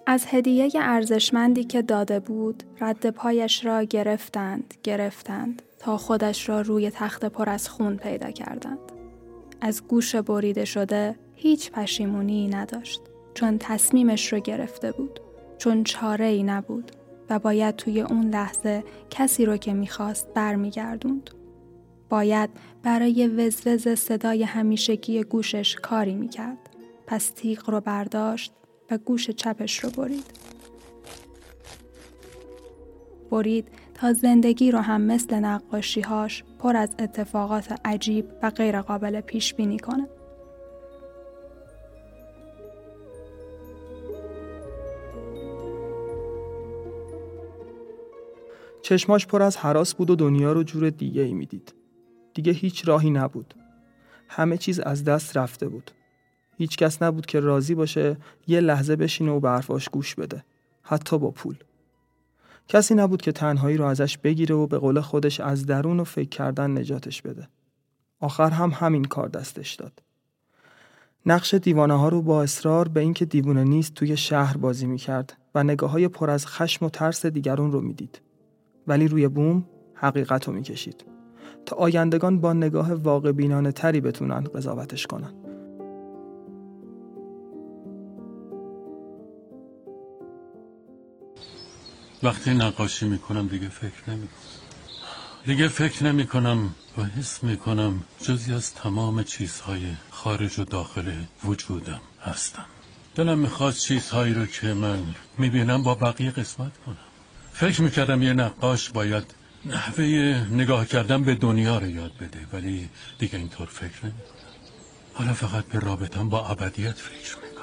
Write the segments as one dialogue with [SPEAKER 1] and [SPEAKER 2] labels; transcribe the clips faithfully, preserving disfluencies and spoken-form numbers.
[SPEAKER 1] از هدیه ارزشمندی که داده بود رد پایش را گرفتند گرفتند تا خودش را روی تخت پر از خون پیدا کردند. از گوش بریده شده هیچ پشیمونی نداشت، چون تصمیمش رو گرفته بود، چون چاره‌ای نبود و باید توی اون لحظه کسی رو که می‌خواست برمیگردوند. باید برای وزوز صدای همیشگی گوشش کاری می‌کرد. پس تیغ رو برداشت و گوش چپش رو برید. برید تا زندگی رو هم مثل نقاشی‌هاش پر از اتفاقات عجیب و غیر قابل پیش بینی کنه.
[SPEAKER 2] چشماش پر از هراس بود و دنیا رو جور دیگه ای می دید. دیگه هیچ راهی نبود. همه چیز از دست رفته بود. هیچ کس نبود که راضی باشه یه لحظه بشینه و به حرفاش گوش بده. حتی با پول. کسی نبود که تنهایی رو ازش بگیره و به قول خودش از درون و فکر کردن نجاتش بده. آخر هم همین کار دستش داد. نقش دیوانه ها رو با اصرار به اینکه دیوانه نیست توی شهر بازی میکرد و نگاه‌های پر از خشم و ترس دیگران رو میدید. ولی روی بوم حقیقت رو میکشید تا آیندگان با نگاه واقع بینانه تری بتونن قضاوتش کنن.
[SPEAKER 3] وقتی نقاشی میکنم دیگه فکر نمیکنم. دیگه فکر نمیکنم و حس میکنم جزی از تمام چیزهای خارج و داخل وجودم هستم. دلم میخواد چیزهایی رو که من میبینم با بقیه قسمت کنم. فکر میکردم یه نقاش باید نحوه نگاه کردن به دنیا رو یاد بده، ولی دیگه اینطور فکر نمیکنم. حالا فقط به رابطم با ابدیت فکر میکنم.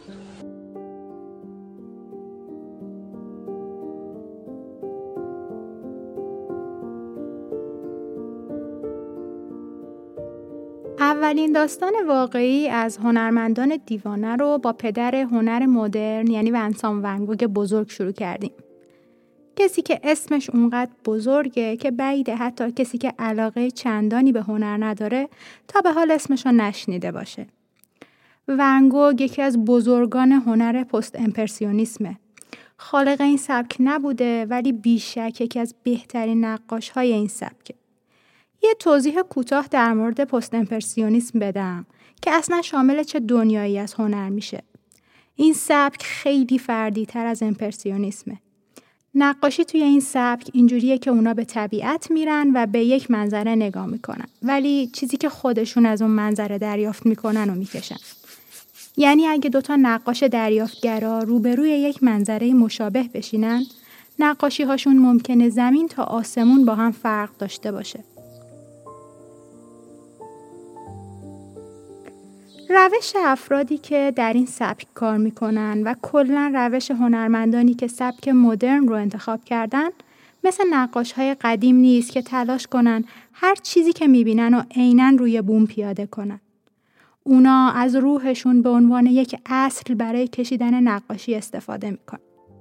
[SPEAKER 4] اولین داستان واقعی از هنرمندان دیوانه رو با پدر هنر مدرن یعنی ونسان ون گوگ بزرگ شروع کردیم. کسی که اسمش اونقدر بزرگه که بعیده حتی کسی که علاقه چندانی به هنر نداره تا به حال اسمش رو نشنیده باشه. ون گوگ یکی از بزرگان هنر پست امپرسیونیسمه. خالق این سبک نبوده ولی بیشک یکی از بهترین نقاش‌های این سبکه. یه توضیح کوتاه در مورد پست امپرسیونیسم بدم که اصلا شامل چه دنیایی از هنر میشه. این سبک خیلی فردی تر از امپرسیونیسمه. نقاشی توی این سبک اینجوریه که اونا به طبیعت میرن و به یک منظره نگاه میکنن، ولی چیزی که خودشون از اون منظره دریافت میکنن و میکشن. یعنی اگه دوتا نقاش دریافتگرا روبروی یک منظره مشابه بشینن، نقاشی هاشون ممکنه زمین تا آسمون با هم فرق داشته باشه. روش افرادی که در این سبک کار میکنن و کلاً روش هنرمندانی که سبک مدرن رو انتخاب کردن مثل نقاش‌های قدیم نیست که تلاش کنن هر چیزی که میبینن و عیناً روی بوم پیاده کنن. اونا از روحشون به عنوان یک اصل برای کشیدن نقاشی استفاده میکنن.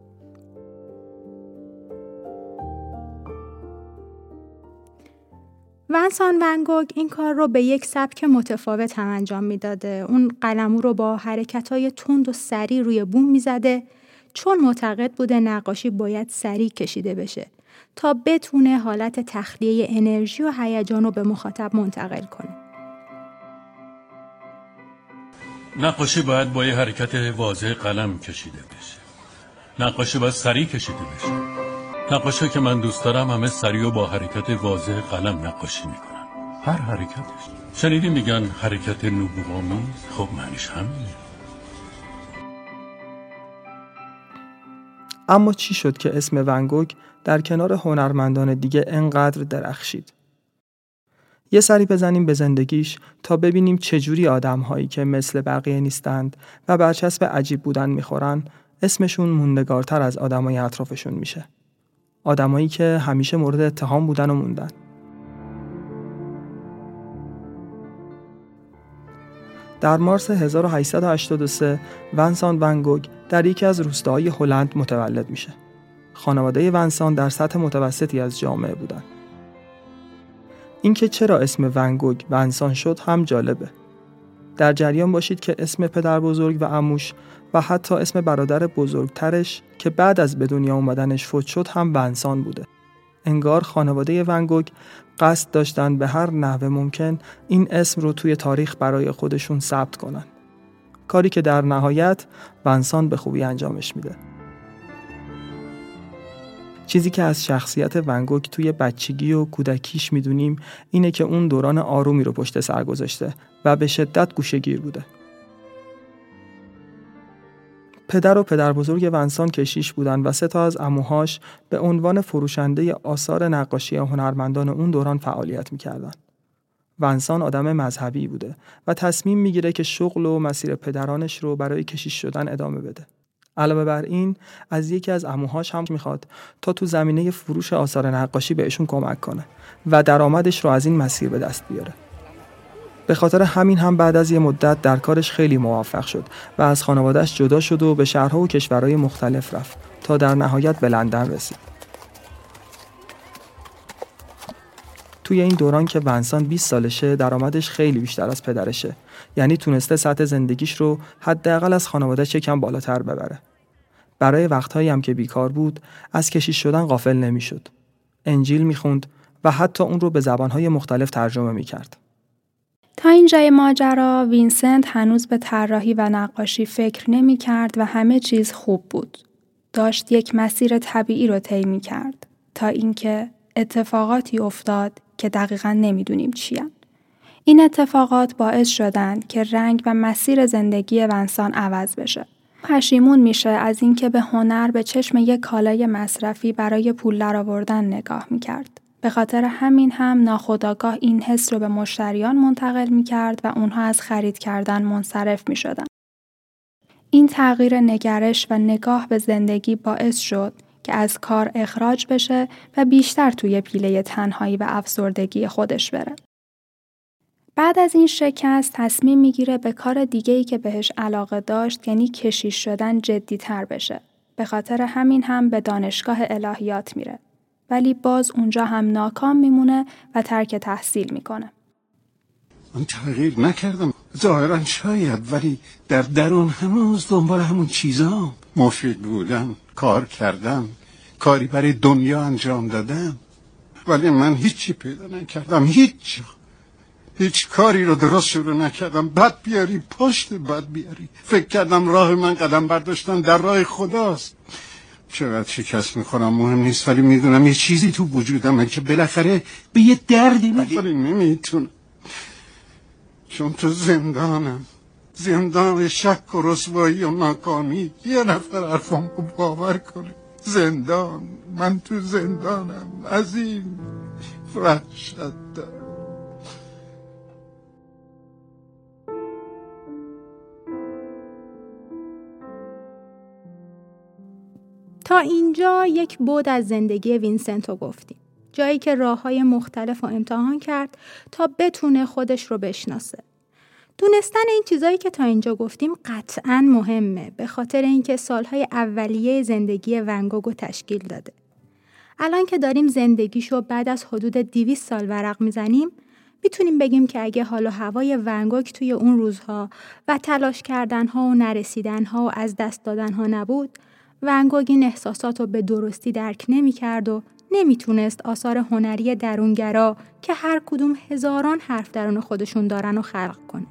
[SPEAKER 4] ونسان ون گوگ این کار رو به یک سبک متفاوت هم انجام میداده. اون قلمو رو با حرکت‌های تند و سریع روی بوم میزده چون معتقد بوده نقاشی باید سریع کشیده بشه تا بتونه حالت تخلیه انرژی و هیجان رو به مخاطب منتقل کنه.
[SPEAKER 3] نقاشی باید با یه حرکت واضح قلم کشیده بشه. نقاشی باید سریع کشیده بشه. نقاشی که من دوست دارم همه سریع و با حرکت واضح قلم نقاشی میکنن. هر حرکتش. شنیدی میگن حرکت نبوغامیز؟ خب معنیش همینه.
[SPEAKER 2] اما چی شد که اسم ون گوگ در کنار هنرمندان دیگه انقدر درخشید؟ یه سری بزنیم به زندگیش تا ببینیم چجوری آدم‌هایی که مثل بقیه نیستند و برچسب عجیب بودن میخورن اسمشون موندگارتر از آدمای اطرافشون میشه. آدمایی که همیشه مورد اتهام بودن و موندن. در مارس هزار و هشتصد و هشتاد و سه ونسان ون گوگ در یکی از روستاهای هلند متولد میشه. خانواده ونسان در سطح متوسطی از جامعه بودن. اینکه چرا اسم ون گوگ ونسان شد هم جالبه. در جریان باشید که اسم پدر بزرگ و عموش و حتی اسم برادر بزرگترش که بعد از به دنیا اومدنش فوت شد هم ونسان بوده. انگار خانواده ون گوگ قصد داشتن به هر نحو ممکن این اسم رو توی تاریخ برای خودشون ثبت کنن. کاری که در نهایت ونسان به خوبی انجامش میده. چیزی که از شخصیت ون گوگ توی بچگی و کودکیش میدونیم اینه که اون دوران آرومی رو پشت سر گذاشته و به شدت گوشه‌گیر بوده. پدر و پدر بزرگ ونسان کشیش بودن و سه تا از عموهاش به عنوان فروشنده آثار نقاشی هنرمندان اون دوران فعالیت میکردن. ونسان آدم مذهبی بوده و تصمیم میگیره که شغل و مسیر پدرانش رو برای کشیش شدن ادامه بده. علاوه بر این از یکی از عموهاش هم میخواد تا تو زمینه فروش آثار نقاشی بهشون کمک کنه و درآمدش رو از این مسیر به دست بیاره. به خاطر همین هم بعد از یه مدت در کارش خیلی موفق شد و از خانواده‌اش جدا شد و به شهرها و کشورهای مختلف رفت تا در نهایت به لندن رسید. توی این دوران که ونسان بیست سالشه درآمدش خیلی بیشتر از پدرشه، یعنی تونسته سطح زندگیش رو حداقل از خانواده‌اش یکم بالاتر ببره. برای وقتهایی هم که بیکار بود از کشیش شدن غافل نمی‌شد. انجیل می‌خوند و حتی اون رو به زبان‌های مختلف ترجمه می‌کرد.
[SPEAKER 1] تا اینجای ماجرا وینسنت هنوز به طراحی و نقاشی فکر نمی‌کرد و همه چیز خوب بود. داشت یک مسیر طبیعی رو طی می‌کرد تا اینکه اتفاقاتی افتاد که دقیقاً نمی‌دونیم چیان. این اتفاقات باعث شدند که رنگ و مسیر زندگی ونسان عوض بشه. پشیمون میشه از اینکه به هنر به چشم یک کالای مصرفی برای پول درآوردن نگاه می‌کرد. به خاطر همین هم ناخودآگاه این حس رو به مشتریان منتقل می‌کرد و اونها از خرید کردن منصرف می‌شدن. این تغییر نگرش و نگاه به زندگی باعث شد که از کار اخراج بشه و بیشتر توی پیله تنهایی و افسردگی خودش بره. بعد از این شکست تصمیم میگیره به کار دیگه‌ای که بهش علاقه داشت یعنی کشیش شدن جدی‌تر بشه. به خاطر همین هم به دانشگاه الهیات میره. ولی باز اونجا هم ناکام میمونه و ترک تحصیل میکنه.
[SPEAKER 5] من تغییر نکردم. ظاهرا شاید، ولی در درون هنوز دنبال همون چیزام. مفید بودم، کار کردم، کاری برای دنیا انجام دادم. ولی من هیچی پیدا نکردم، هیچ هیچ کاری رو درست شروع نکردم. بد بیاری پشت بد بیاری. فکر کردم راه من قدم برداشتن در راه خداست. چقدر شکست میخورم مهم نیست، ولی میدونم یه چیزی تو وجودمه که بالاخره به یه دردی میخوره. ولی نمیتونم، چون تو زندانم، زندان شک و رسوایی و ناکامی. یه نفر حرفم رو باور کنه. زندان، من تو زندانم، از این وحشت دارم.
[SPEAKER 4] تا اینجا یک بعد از زندگی وینسنت رو گفتیم. جایی که راه‌های مختلف رو امتحان کرد تا بتونه خودش رو بشناسه. دونستن این چیزایی که تا اینجا گفتیم قطعاً مهمه، به خاطر اینکه سالهای اولیه زندگی ون گوگ رو تشکیل داده. الان که داریم زندگیشو بعد از حدود دویست سال ورق میزنیم، میتونیم بگیم که اگه حال و هوای ون گوگ توی اون روزها و تلاش کردنها و نرسیدنها و از دست دادنها نبود، ون گوگ این احساسات رو به درستی درک نمی کرد و نمی تونست آثار هنری درونگرا که هر کدوم هزاران حرف درون خودشون دارن و خلق کنه.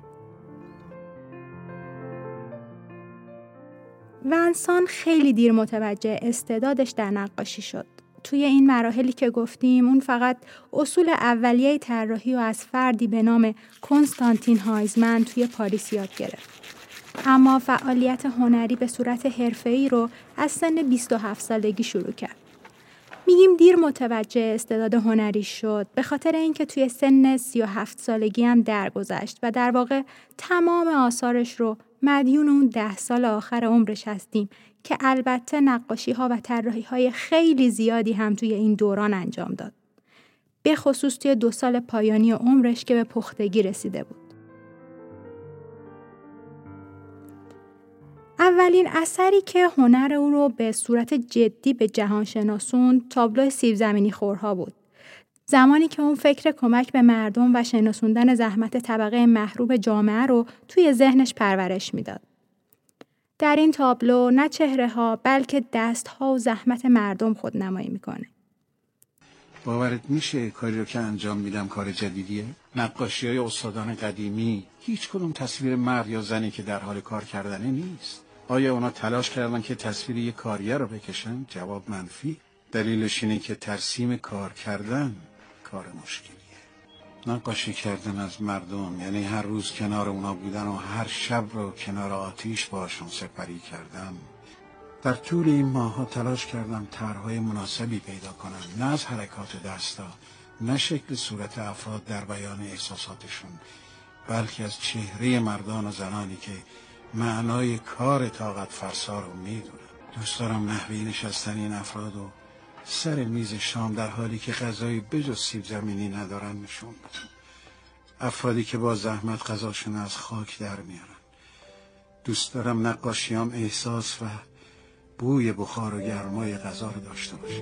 [SPEAKER 4] ونسان خیلی دیر متوجه استعدادش در نقاشی شد. توی این مراحلی که گفتیم اون فقط اصول اولیه طراحی رو از فردی به نام کنستانتین هایزمن توی پاریس یاد گرفت. اما فعالیت هنری به صورت حرفه‌ای رو از سن بیست و هفت سالگی شروع کرد. میگیم دیر متوجه استعداد هنری شد به خاطر اینکه توی سن سی و هفت سالگی هم درگذشت و در واقع تمام آثارش رو مدیون اون ده سال آخر عمرش هستیم که البته نقاشی‌ها و طراحی‌های خیلی زیادی هم توی این دوران انجام داد. به خصوص توی دو سال پایانی عمرش که به پختگی رسیده بود. اولین اثری که هنر او رو به صورت جدی به جهان شناسون تابلو سیب زمینی خورها بود. زمانی که اون فکر کمک به مردم و شناسوندن زحمت طبقه محروم جامعه رو توی ذهنش پرورش میداد. در این تابلو نه چهره ها بلکه دست ها و زحمت مردم خودنمایی میکنه.
[SPEAKER 5] باورت میشه کاری رو که انجام میدم کار جدیدیه؟ نقاشی های استادان قدیمی هیچ کدوم تصویر مرد یا زنی که در حال کار کردنه نیست. آیا اونا تلاش کردن که تصویر یک کارگر رو بکشن؟ جواب منفی. دلیلش اینه که ترسیم کار کردن کار مشکلیه. نقاشی کردن از مردم یعنی هر روز کنار اونا بودن و هر شب رو کنار آتیش باشون سپری کردن. در طول این ماها تلاش کردم طرح‌های مناسبی پیدا کنم، نه از حرکات دستا، نه شکل صورت افراد در بیان احساساتشون، بلکه از چهره مردان و زنانی که معنای کار طاقت فرسا رو میدونن. دوست دارم نحوه نشستن این افراد و سر میز شام در حالی که غذایی بجز سیب زمینی ندارن نشون بدم. افرادی که با زحمت غذاشون از خاک در میارن. دوست دارم نقاشیام احساس و بوی بخار و گرمای غذا رو داشته باشه.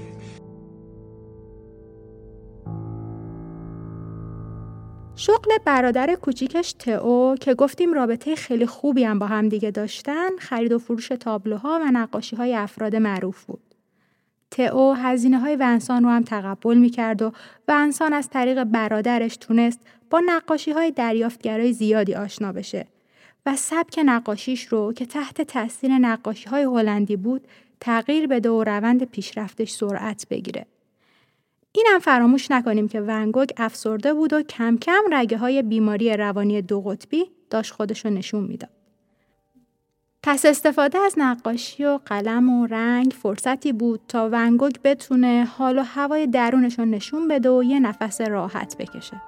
[SPEAKER 4] شغل برادر کوچیکش تئو که گفتیم رابطه خیلی خوبی هم با هم دیگه داشتن، خرید و فروش تابلوها و نقاشی‌های افراد معروف بود. تئو هزینه‌های ونسان رو هم تقبل می‌کرد و ونسان از طریق برادرش تونست با نقاشی‌های دریافتگرای زیادی آشنا بشه و سبک نقاشیش رو که تحت تأثیر نقاشی‌های هلندی بود تغییر بده و روند پیشرفتش سرعت بگیره. اینم فراموش نکنیم که ون گوگ افسرده بود و کم کم رگه‌های بیماری روانی دو قطبی داشت خودشو نشون میداد. پس استفاده از نقاشی و قلم و رنگ فرصتی بود تا ون گوگ بتونه حال و هوای درونشو نشون بده و یه نفس راحت بکشه.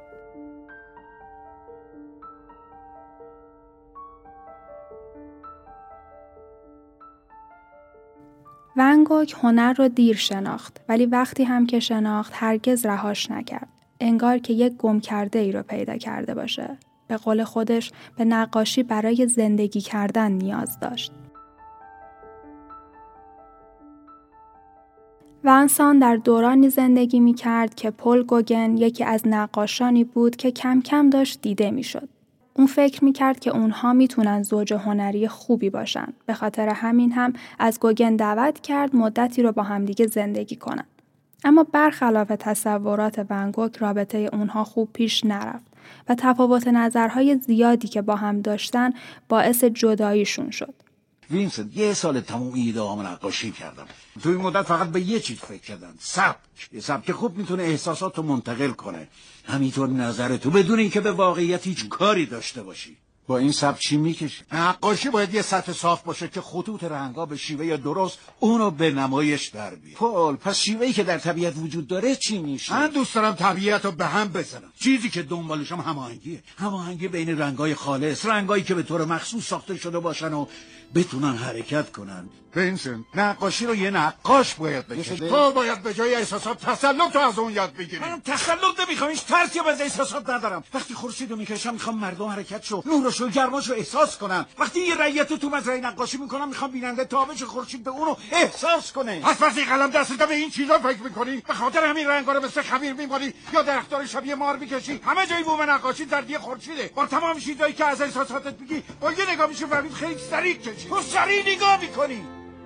[SPEAKER 1] ون گوگ هنر رو دیر شناخت، ولی وقتی هم که شناخت هرگز رهاش نکرد. انگار که یک گم کرده ای رو پیدا کرده باشه. به قول خودش به نقاشی برای زندگی کردن نیاز داشت. ونسان در دورانی زندگی می کرد که پل گوگن یکی از نقاشانی بود که کم کم داشت دیده می شد. اون فکر می کرد که اونها می تونن زوج هنری خوبی باشن. به خاطر همین هم از گوگن دعوت کرد مدتی رو با همدیگه زندگی کنن. اما برخلاف تصورات ون گوگ رابطه اونها خوب پیش نرفت و تفاوت نظرهای زیادی که با هم داشتن باعث جداییشون شد.
[SPEAKER 6] وینسنت یه سال تموم ایده‌هامو نقاشی کردم. تو این مدت فقط به یه چیز فکر کردم، سبک. یه سبک خوب میتونه احساساتو منتقل کنه. همینطور نظر تو بدون اینکه به واقعیت هیچ کاری داشته باشی.
[SPEAKER 5] با این سبک چی میکشی؟
[SPEAKER 6] نقاشی باید یه سطح صاف باشه که خطوط رنگا به شیوه درست اونو به نمایش در بیاره.
[SPEAKER 5] پول، پس شیوهی که در طبیعت وجود داره چی میشه؟
[SPEAKER 6] من دوست دارم طبیعت رو به هم بزنم. چیزی که دنبالشم هماهنگیه. هماهنگی بین رنگای خالص، رنگایی که به طور مخصوص ساخته شده باشن و بتونن حرکت کنن.
[SPEAKER 5] وینسنت، نقاشی رو یه نقاش باید بکشه.
[SPEAKER 6] تو باید به جای احساسات تسلط از اون یاد بگیری.
[SPEAKER 5] من تسلط نمیخوام، هیچ ترسی از احساسات ندارم. وقتی خورشیدو میکشم میخوام مردم حرکتشو، نورشو، گرماشو احساس کنن. وقتی یه رایتو تو مزرعه نقاشی میکنم میخوام بیننده تابش خورشید به اونو احساس کنه.
[SPEAKER 6] پس وقتی قلم دستت به این چیزا فکر میکنی، به خاطر همین رنگا رو مثل خمیر میمالی یا درختار شبیه مار میکشی. همه جای بوم نقاشی زردی خورشیده. با تمام چیزایی که از احساساتت میگی، با یه نگاه میشه فهمید خیلی سریع کشی. تو سریع نگاه میکنی.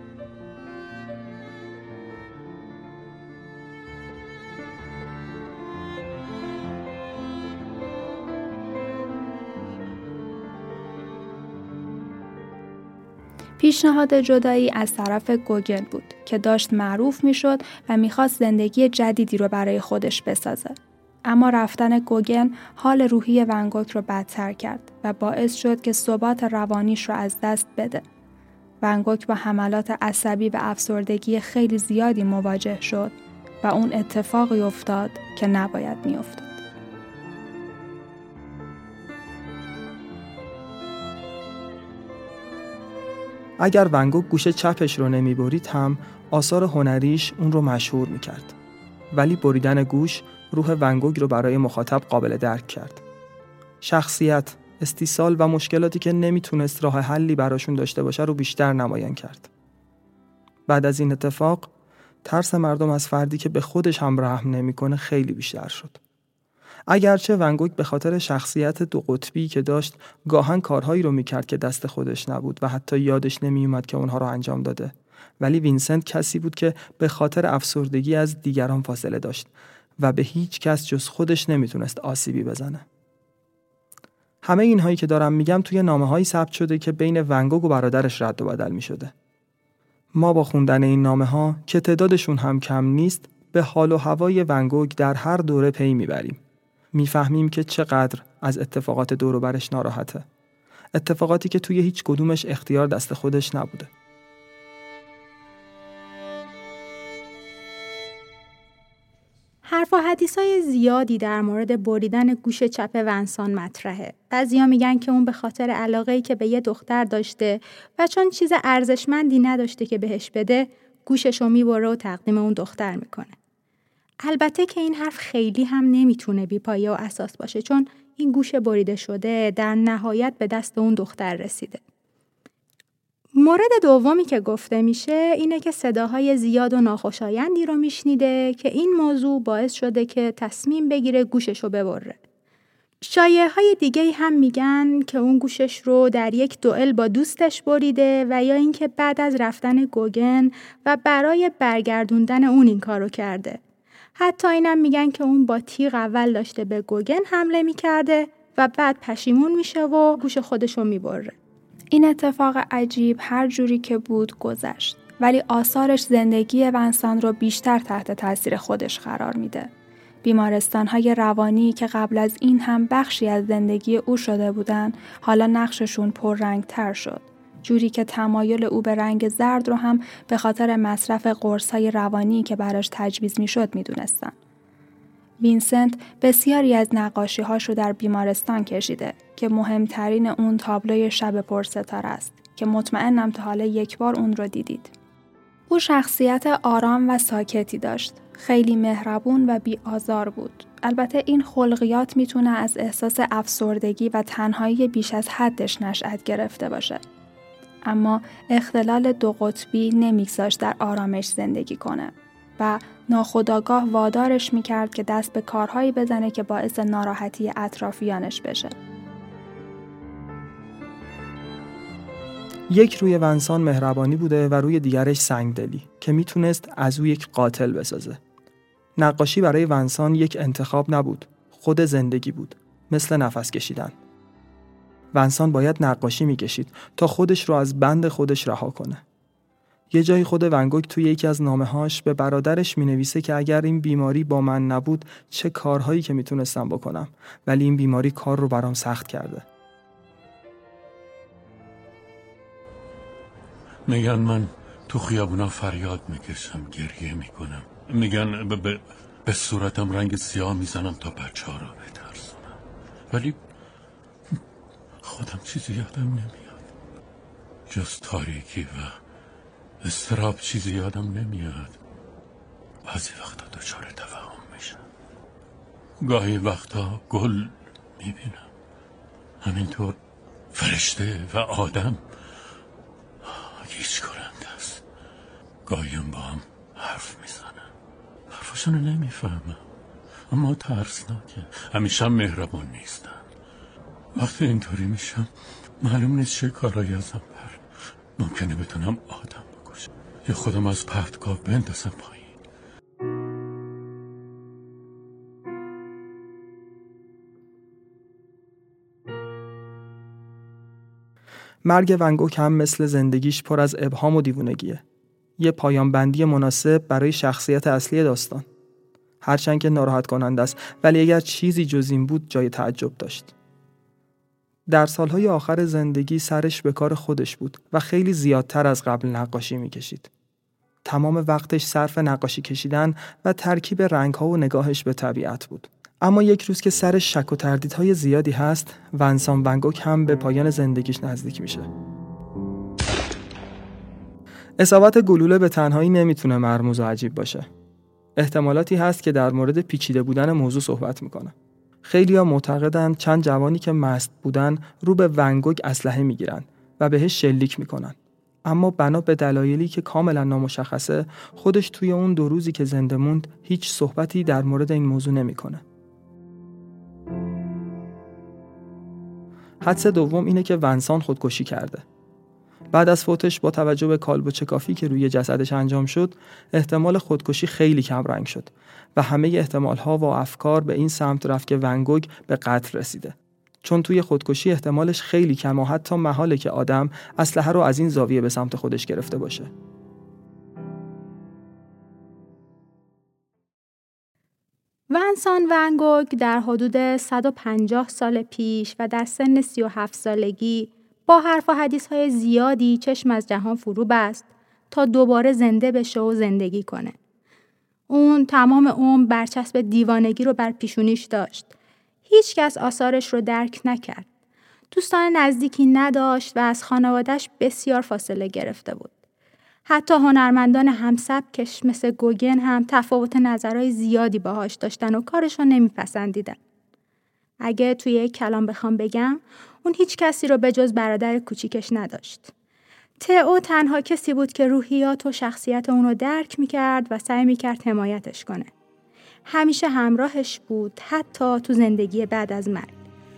[SPEAKER 1] پیشنهاد جدایی از طرف گوگن بود که داشت معروف میشد و میخواست زندگی جدیدی رو برای خودش بسازه. اما رفتن گوگن حال روحی ون گوگ رو بدتر کرد و باعث شد که ثبات روانیش رو از دست بده. ون گوگ با حملات عصبی و افسردگی خیلی زیادی مواجه شد و اون اتفاقی افتاد که نباید میافتاد.
[SPEAKER 2] اگر ون گوگ گوشه چپش رو نمی‌برید هم آثار هنریش اون رو مشهور می‌کرد. ولی بریدن گوش روح ون گوگ رو برای مخاطب قابل درک کرد. شخصیت، استیصال و مشکلاتی که نمیتونست راه حلی براشون داشته باشه رو بیشتر نمایان کرد. بعد از این اتفاق ترس مردم از فردی که به خودش هم رحم نمی‌کنه خیلی بیشتر شد. اگرچه ونگوگ به خاطر شخصیت دو قطبی که داشت گاهن کارهایی رو میکرد که دست خودش نبود و حتی یادش نمیومد که اونها رو انجام داده، ولی وینسنت کسی بود که به خاطر افسردگی از دیگران فاصله داشت و به هیچ کس جز خودش نمیتونست آسیبی بزنه. همه اینهایی که دارم میگم توی نامه‌هایی ثبت شده که بین ونگوگ و برادرش رد و بدل میشده. ما با خوندن این نامه‌ها که تعدادشون هم کم نیست به حال و هوای ونگوگ در هر دوره پی میبریم. میفهمیم که چقدر از اتفاقات دور و برش ناراحته. اتفاقاتی که توی هیچ کدومش اختیار دست خودش نبوده.
[SPEAKER 4] حرف و حدیثای زیادی در مورد بریدن گوش چپ ونسان مطرحه. بعضیا میگن که اون به خاطر علاقه‌ای که به یه دختر داشته و چون چیز ارزشمندی نداشته که بهش بده، گوششو میبره و تقدیم اون دختر میکنه. البته که این حرف خیلی هم نمیتونه بی‌پایه و اساس باشه، چون این گوش بریده شده در نهایت به دست اون دختر رسیده. مورد دومی که گفته میشه اینه که صداهای زیاد و ناخوشایندی رو میشنیده که این موضوع باعث شده که تصمیم بگیره گوششو ببره. شایعه‌های دیگه هم میگن که اون گوشش رو در یک دوئل با دوستش بریده و یا اینکه بعد از رفتن گوگن و برای برگردوندن اون این کارو کرده. حتی اینم میگن که اون با تیغ اول داشته به گوگن حمله میکرده و بعد پشیمون میشه و گوش خودشو میبره.
[SPEAKER 1] این اتفاق عجیب هر جوری که بود گذشت، ولی آثارش زندگی ونسان رو بیشتر تحت تاثیر خودش قرار میده. بیمارستان‌های روانی که قبل از این هم بخشی از زندگی او شده بودن، حالا نقششون پررنگ‌تر شد. جوری که تمایل او به رنگ زرد رو هم به خاطر مصرف قرص‌های روانی که براش تجویز میشد میدونستن. وینسنت بسیاری از نقاشی‌هاش رو در بیمارستان کشیده که مهمترین اون تابلوی شب پرستاره است که مطمئنم تا حالا یک بار اون رو دیدید. او شخصیت آرام و ساکتی داشت، خیلی مهربون و بی آزار بود. البته این خلقیات میتونه از احساس افسردگی و تنهایی بیش از حدش نشأت گرفته باشه. اما اختلال دو قطبی نمیگذاشت در آرامش زندگی کنه و ناخودآگاه وادارش میکرد که دست به کارهایی بزنه که باعث ناراحتی اطرافیانش بشه.
[SPEAKER 2] یک روی ونسان مهربانی بوده و روی دیگرش سنگدلی که میتونست از او یک قاتل بسازه. نقاشی برای ونسان یک انتخاب نبود، خود زندگی بود، مثل نفس کشیدن. ونسان باید نقاشی میکشید تا خودش رو از بند خودش رها کنه. یه جایی خود ونگوگ توی یکی از نامه‌هاش به برادرش مینویسه که اگر این بیماری با من نبود چه کارهایی که میتونستم بکنم، ولی این بیماری کار رو برام سخت کرده.
[SPEAKER 3] میگن من تو خیابونا فریاد میکشم، گریه میکنم. میگن به, به, به صورتم رنگ سیاه میزنم تا بچه ها رو بترسونم، ولی خودم چیزی یادم نمیاد جز تاریکی و استراب. چیزی یادم نمیاد. بعضی وقتا دچار توهم میشم، گاهی وقتا گل میبینم، همینطور فرشته و آدم گیج کننده است. گاهی هم با هم حرف میزنم، حرفشونو نمیفهمم اما ترسناکه. همیشه مهربان نیستن. وقتی اینطوری میشم معلوم نیست چه کارایی ازم بر ممکنه بتونم آدم بکشم یا خودم از پرتگاه بندازم پایین.
[SPEAKER 2] مرگ ونگوگ هم مثل زندگیش پر از ابهام و دیوونگیه. یه پایان بندی مناسب برای شخصیت اصلی داستان. هرچند که ناراحت کننده است، ولی اگر چیزی جز این بود جای تعجب داشت. در سالهای آخر زندگی سرش به کار خودش بود و خیلی زیادتر از قبل نقاشی میکشید. تمام وقتش صرف نقاشی کشیدن و ترکیب رنگ‌ها و نگاهش به طبیعت بود. اما یک روز که سرش شک و تردیدهای زیادی هست، ونسان ونگوگ هم به پایان زندگیش نزدیک میشه. اصابت گلوله به تنهایی نمیتونه مرموز و عجیب باشه. احتمالاتی هست که در مورد پیچیده بودن موضوع صحبت میکنه. خیلی‌ها معتقدن چند جوانی که مست بودن رو به ونگوگ اسلحه میگیرن و بهش شلیک میکنن. اما بنا به دلایلی که کاملا نامشخصه، خودش توی اون دو روزی که زنده موند هیچ صحبتی در مورد این موضوع نمیکنه. حدس دوم اینه که ونسان خودکشی کرده. بعد از فوتش با توجه به کالبد چکافی که روی جسدش انجام شد، احتمال خودکشی خیلی کم رنگ شد و همه احتمال‌ها و افکار به این سمت رفت که ون گوگ به قتل رسیده. چون توی خودکشی احتمالش خیلی کم و حتی محاله که آدم اسلحه رو از این زاویه به سمت خودش گرفته باشه.
[SPEAKER 4] ونسان ون گوگ در حدود صد و پنجاه سال پیش و در سن سی و هفت سالگی با حرف و حدیث‌های زیادی چشم از جهان فرو بست تا دوباره زنده بشه و زندگی کنه. اون تمام عمر برچسب دیوانگی رو بر پیشونیش داشت. هیچ کس آثارش رو درک نکرد. دوستان نزدیکی نداشت و از خانواده‌اش بسیار فاصله گرفته بود. حتی هنرمندان همسبکش مثل گوگن هم تفاوت نظرهای زیادی باهاش داشتن و کارش رو نمیپسندیدن. اگه توی یک کلام بخوام بگم، اون هیچ کسی رو به جز برادر کوچیکش نداشت. تئو تنها کسی بود که روحیات و شخصیت اون رو درک میکرد و سعی میکرد حمایتش کنه. همیشه همراهش بود، حتی تو زندگی بعد از مرگ.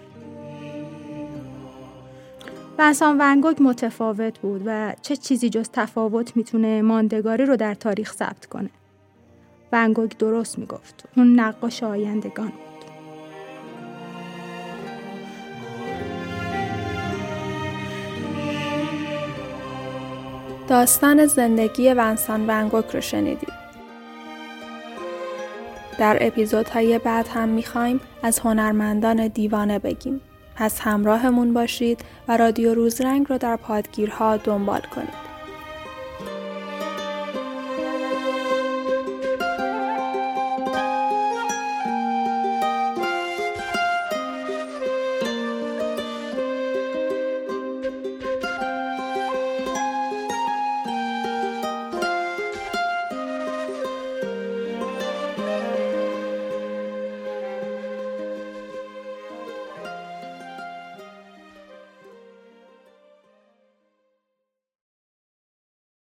[SPEAKER 4] ونسان ون گوگ متفاوت بود و چه چیزی جز تفاوت میتونه ماندگاری رو در تاریخ ثبت کنه. ون گوگ درست میگفت. اون نقاش آیندگان بود.
[SPEAKER 1] داستان زندگی ونسان ون گوگ رو شنیدید. در اپیزودهای بعد هم میخوایم از هنرمندان دیوانه بگیم. پس همراهمون باشید و رادیو روزرنگ رو در پادگیرها دنبال کنید.